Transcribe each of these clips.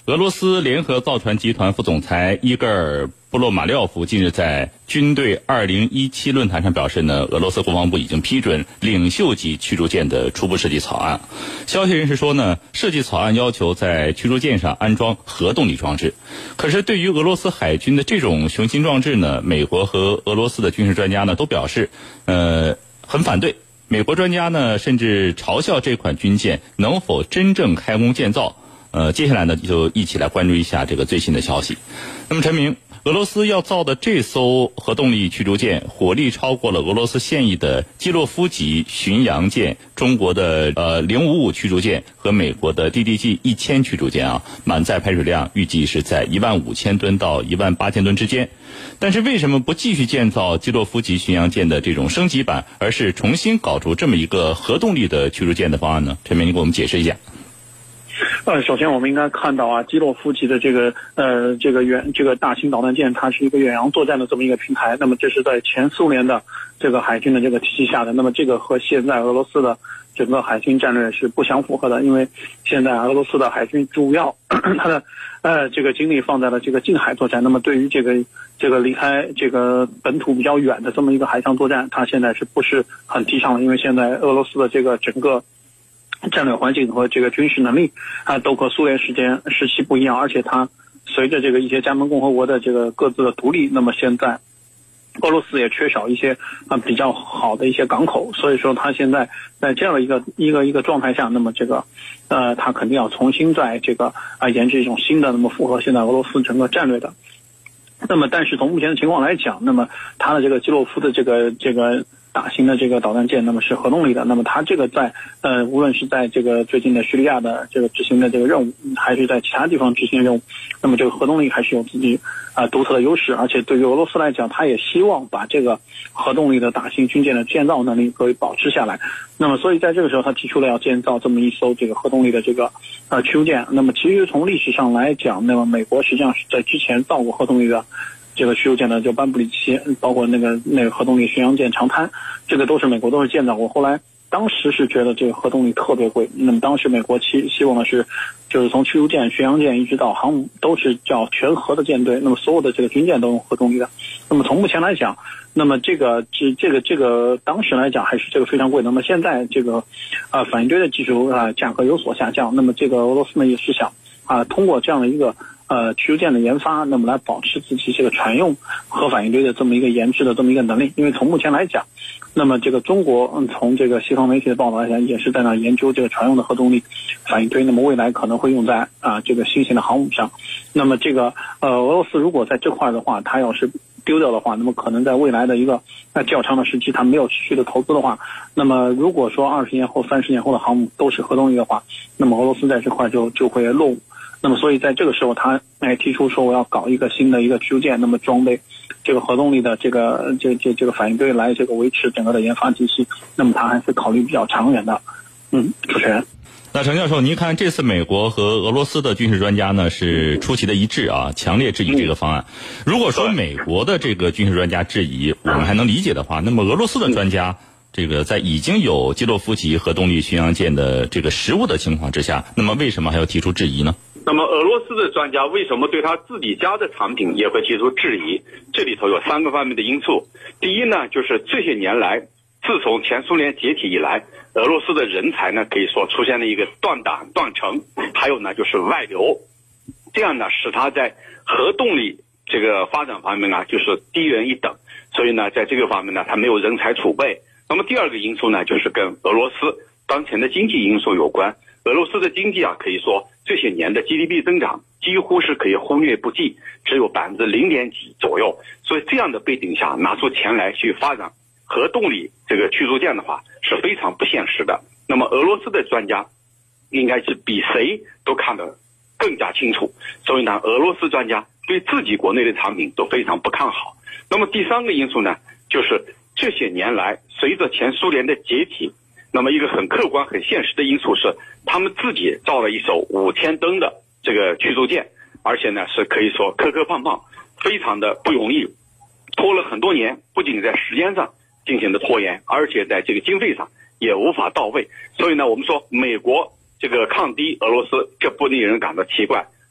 俄罗斯联合造船集团副总裁伊戈尔·布洛马廖夫近日在军队2017论坛上表示呢，俄罗斯国防部已经批准领袖级驱逐舰的初步设计草案。消息人士说呢，设计草案要求在驱逐舰上安装核动力装置。可是对于俄罗斯海军的这种雄心壮志呢，美国和俄罗斯的军事专家呢都表示很反对。美国专家呢甚至嘲笑这款军舰能否真正开工建造。接下来呢，就一起来关注一下这个最新的消息。那么陈明，俄罗斯要造的这艘核动力驱逐舰火力超过了俄罗斯现役的基洛夫级巡洋舰、中国的055驱逐舰和美国的 DDG-1000驱逐舰啊，满载排水量预计是在15000吨到18000吨之间。但是为什么不继续建造基洛夫级巡洋舰的这种升级版，而是重新搞出这么一个核动力的驱逐舰的方案呢？陈明，你给我们解释一下。 首先我们应该看到啊，基洛夫级的这个大型导弹舰，它是一个远洋作战的这么一个平台。那么这是在前苏联的这个海军的这个体系下的。那么这个和现在俄罗斯的整个海军战略是不相符合的，因为现在俄罗斯的海军主要它的这个精力放在了这个近海作战。那么对于这个离开这个本土比较远的这么一个海上作战，它现在是不是很提倡的？因为现在俄罗斯的这个整个战略环境和这个军事能力都和苏联时期不一样，而且它随着这个一些加盟共和国的这个各自的独立，那么现在俄罗斯也缺少一些比较好的一些港口，所以说它现在在这样的一个状态下，那么这个它肯定要重新在这个研制一种新的那么符合现在俄罗斯整个战略的。那么但是从目前的情况来讲，那么它的这个基洛夫的这个大型的这个导弹舰，那么是核动力的。那么它这个在无论是在这个最近的叙利亚的这个执行的这个任务，还是在其他地方执行任务，那么这个核动力还是有自己独特的优势。而且对于俄罗斯来讲，它也希望把这个核动力的大型军舰的建造能力可以保持下来。那么所以在这个时候，他提出了要建造这么一艘这个核动力的这个驱逐舰。那么其实从历史上来讲，那么美国实际上是在之前造过核动力的这个驱逐舰的，就班布里奇，包括那个核动力巡洋舰长滩，这个都是美国都是建造过。后来当时是觉得这个核动力特别贵，那么当时美国希望的是，就是从驱逐舰、巡洋舰一直到航母都是叫全核的舰队，那么所有的这个军舰都用核动力的。那么从目前来讲，那么这个当时来讲还是这个非常贵。那么现在这个反应堆的技术价格有所下降，那么这个俄罗斯呢也是想通过这样的一个驱逐舰的研发，那么来保持自己这个船用核反应堆的这么一个研制的这么一个能力。因为从目前来讲，那么这个中国从这个西方媒体的报道来讲，也是在那研究这个船用的核动力反应堆，那么未来可能会用在这个新型的航母上。那么这个俄罗斯如果在这块的话，它要是丢掉的话，那么可能在未来的一个较长的时期，它没有持续的投资的话，那么如果说20年后、30年后的航母都是核动力的话，那么俄罗斯在这块就会落伍。那么所以在这个时候，他提出说我要搞一个新的一个驱逐舰，那么装备这个核动力的这个反应堆来这个维持整个的研发体系。那么他还是考虑比较长远的。主持人。 那程教授，您看这次美国和俄罗斯的军事专家呢是出奇的一致啊，强烈质疑这个方案。如果说美国的这个军事专家质疑我们还能理解的话，那么俄罗斯的专家这个在已经有基洛夫级核动力巡洋舰的这个实物的情况之下，那么为什么还要提出质疑呢？ 那么俄罗斯的专家为什么对他自己家的产品也会提出质疑？这里头有3个方面的因素。第一呢，就是这些年来，自从前苏联解体以来，俄罗斯的人才呢可以说出现了一个断档断层，还有呢就是外流，这样呢使他在核动力这个发展方面呢就是低人一等，所以呢在这个方面呢他没有人才储备。那么第二个因素呢就是跟俄罗斯当前的经济因素有关。俄罗斯的经济可以说这些年的 GDP 增长几乎是可以忽略不计，只有0.几左右。所以这样的背景下，拿出钱来去发展核动力这个驱逐舰的话是非常不现实的。那么俄罗斯的专家应该是比谁都看得更加清楚，所以呢俄罗斯专家对自己国内的产品都非常不看好。那么第3个因素呢，就是这些年来随着前苏联的解体，那么一个很客观很现实的因素是他们自己造了一艘5000吨的这个驱逐舰，而且呢是可以说磕磕绊绊，非常的不容易，拖了很多年，不仅在时间上进行的拖延，而且在这个经费上也无法到位。所以呢我们说美国这个抗低俄罗斯，这不令人感到奇怪。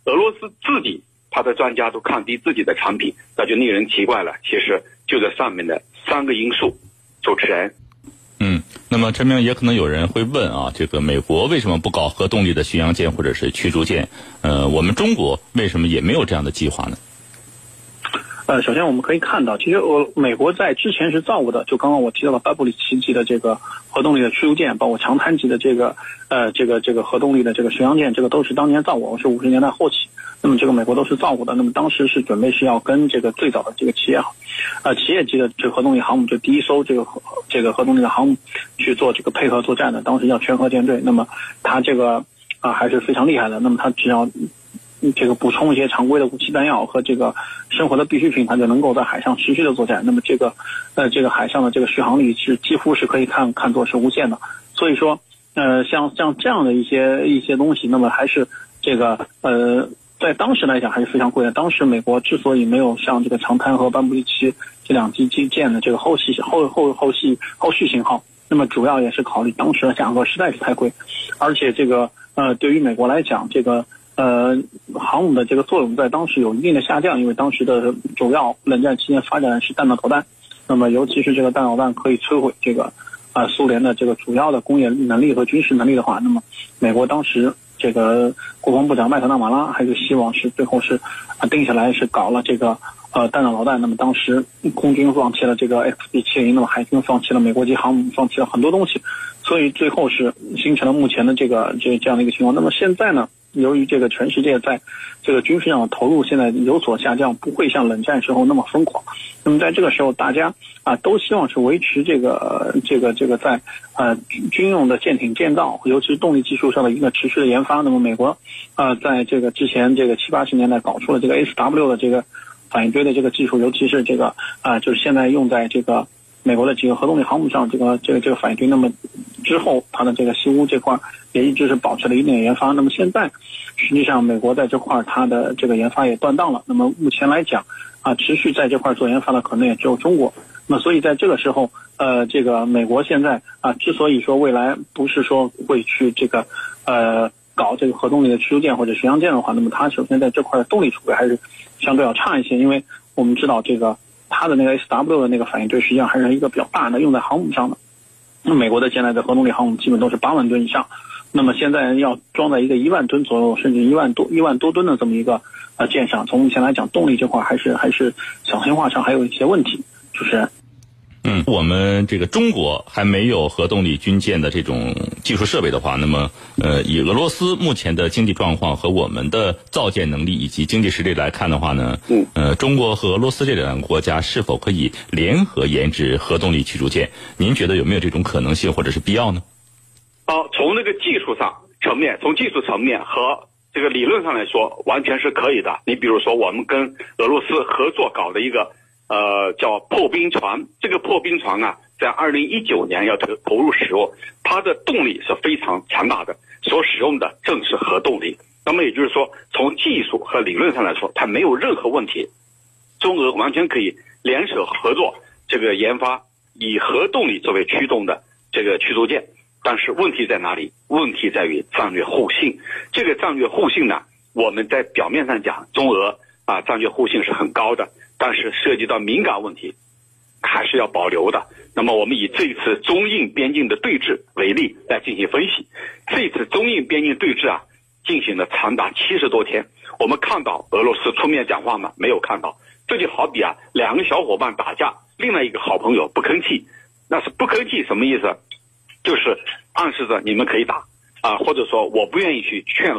俄罗斯自己他的专家都看低自己的产品，那就令人奇怪了。其实就这上面的3个因素。主持人。 那么陈明，也可能有人会问啊，这个美国为什么不搞核动力的巡洋舰或者是驱逐舰？我们中国为什么也没有这样的计划呢？ 首先我们可以看到，其实美国在之前是造过的，就刚刚我提到了班布里奇级的这个核动力的驱逐舰，包括强滩级的这个核动力的这个巡洋舰，这个都是当年造过，是50年代后期。那么这个美国都是造过的，那么当时是准备是要跟这个最早的这个企业级的这个核动力航母，就第一艘这个核动力的航母去做这个配合作战的，当时叫全核舰队。那么它这个还是非常厉害的，那么它只要这个补充一些常规的武器弹药和这个生活的必需品，它就能够在海上持续的作战。那么这个海上的这个续航力是几乎是可以看作是无限的。所以说像这样的一些东西，那么还是这个在当时来讲还是非常贵的。当时美国之所以没有像这个长滩和班布里奇这2级机舰的这个后续型号，那么主要也是考虑当时的价格实在是太贵，而且这个对于美国来讲，这个航母的这个作用在当时有一定的下降，因为当时的主要冷战期间发展的是弹道导弹，那么尤其是这个弹道导弹可以摧毁这个苏联的这个主要的工业能力和军事能力的话，那么美国当时这个国防部长麦克纳马拉还是希望是最后是定下来是搞了这个弹道导弹。那么当时空军放弃了这个 XB-70，那么海军放弃了美国级航母，放弃了很多东西，所以最后是形成了目前的这样的一个情况。那么现在呢，由于这个全世界在这个军事上的投入现在有所下降，不会像冷战时候那么疯狂。那么在这个时候，大家都希望是维持这个在军用的舰艇建造，尤其是动力技术上的一个持续的研发。那么美国在这个之前这个70、80年代搞出了这个 SW 的这个反应堆的这个技术，尤其是这个就是现在用在这个美国的几个核动力航母上这个反应堆。那么之后它的这个西屋这块也一直是保持了一定的研发。那么现在实际上美国在这块它的这个研发也断档了。那么目前来讲持续在这块做研发的可能也只有中国。那么所以在这个时候这个美国现在之所以说未来不是说会去这个搞这个核动力的驱逐舰或者巡洋舰的话，那么它首先在这块的动力储备还是相对要差一些。因为我们知道这个它的那个 SW 的那个反应堆实际上还是一个比较大的，用在航母上的。那美国的现在的核动力航母基本都是8万吨以上，那么现在要装在一个1万吨左右，甚至1万多吨的这么一个舰上，从目前来讲，动力这块还是小型化上还有一些问题。主持人。 我们这个中国还没有核动力军舰的这种技术设备的话，那么以俄罗斯目前的经济状况和我们的造舰能力以及经济实力来看的话呢，中国和俄罗斯这两个国家是否可以联合研制核动力驱逐舰？您觉得有没有这种可能性或者是必要呢？ 从那个技术上层面，从技术层面和这个理论上来说，完全是可以的。你比如说，我们跟俄罗斯合作搞的一个叫破冰船，这个破冰船在2019年要投入使用，它的动力是非常强大的，所使用的正是核动力。那么也就是说，从技术和理论上来说，它没有任何问题。中俄完全可以联手合作，这个研发以核动力作为驱动的这个驱逐舰。但是问题在哪里？问题在于战略互信。这个战略互信呢，我们在表面上讲，中俄战略互信是很高的，但是涉及到敏感问题，还是要保留的。那么我们以这次中印边境的对峙为例来进行分析。这次中印边境对峙进行了长达70多天。我们看到俄罗斯出面讲话吗？没有看到。这就好比两个小伙伴打架，另外一个好朋友不吭气。那是不吭气什么意思？就是暗示着你们可以打或者说我不愿意去劝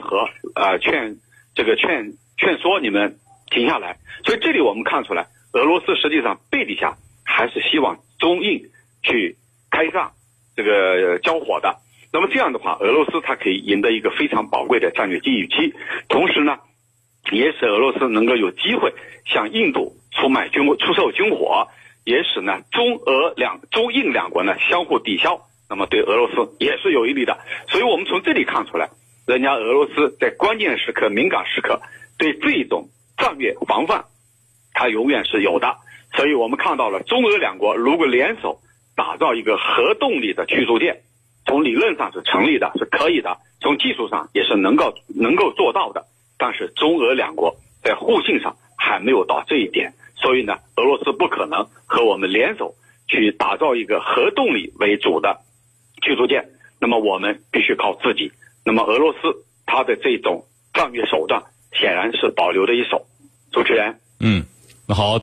说你们停下来。所以这里我们看出来，俄罗斯实际上背地下还是希望中印去开上这个交火的。那么这样的话，俄罗斯它可以赢得一个非常宝贵的战略机遇期，同时呢，也使俄罗斯能够有机会向印度出售军火，也使呢中印两国呢相互抵消，那么对俄罗斯也是有益的。所以我们从这里看出来，人家俄罗斯在关键时刻、敏感时刻对这种战略防范，它永远是有的。所以我们看到了中俄两国如果联手打造一个核动力的驱逐舰，从理论上是成立的，是可以的，从技术上也是能够做到的。 但是中俄两国在互信上还没有到这一点，所以呢，俄罗斯不可能和我们联手去打造一个核动力为主的驱逐舰，那么我们必须靠自己。那么俄罗斯它的这种战略手段显然是保留的一手。主持人， 那好。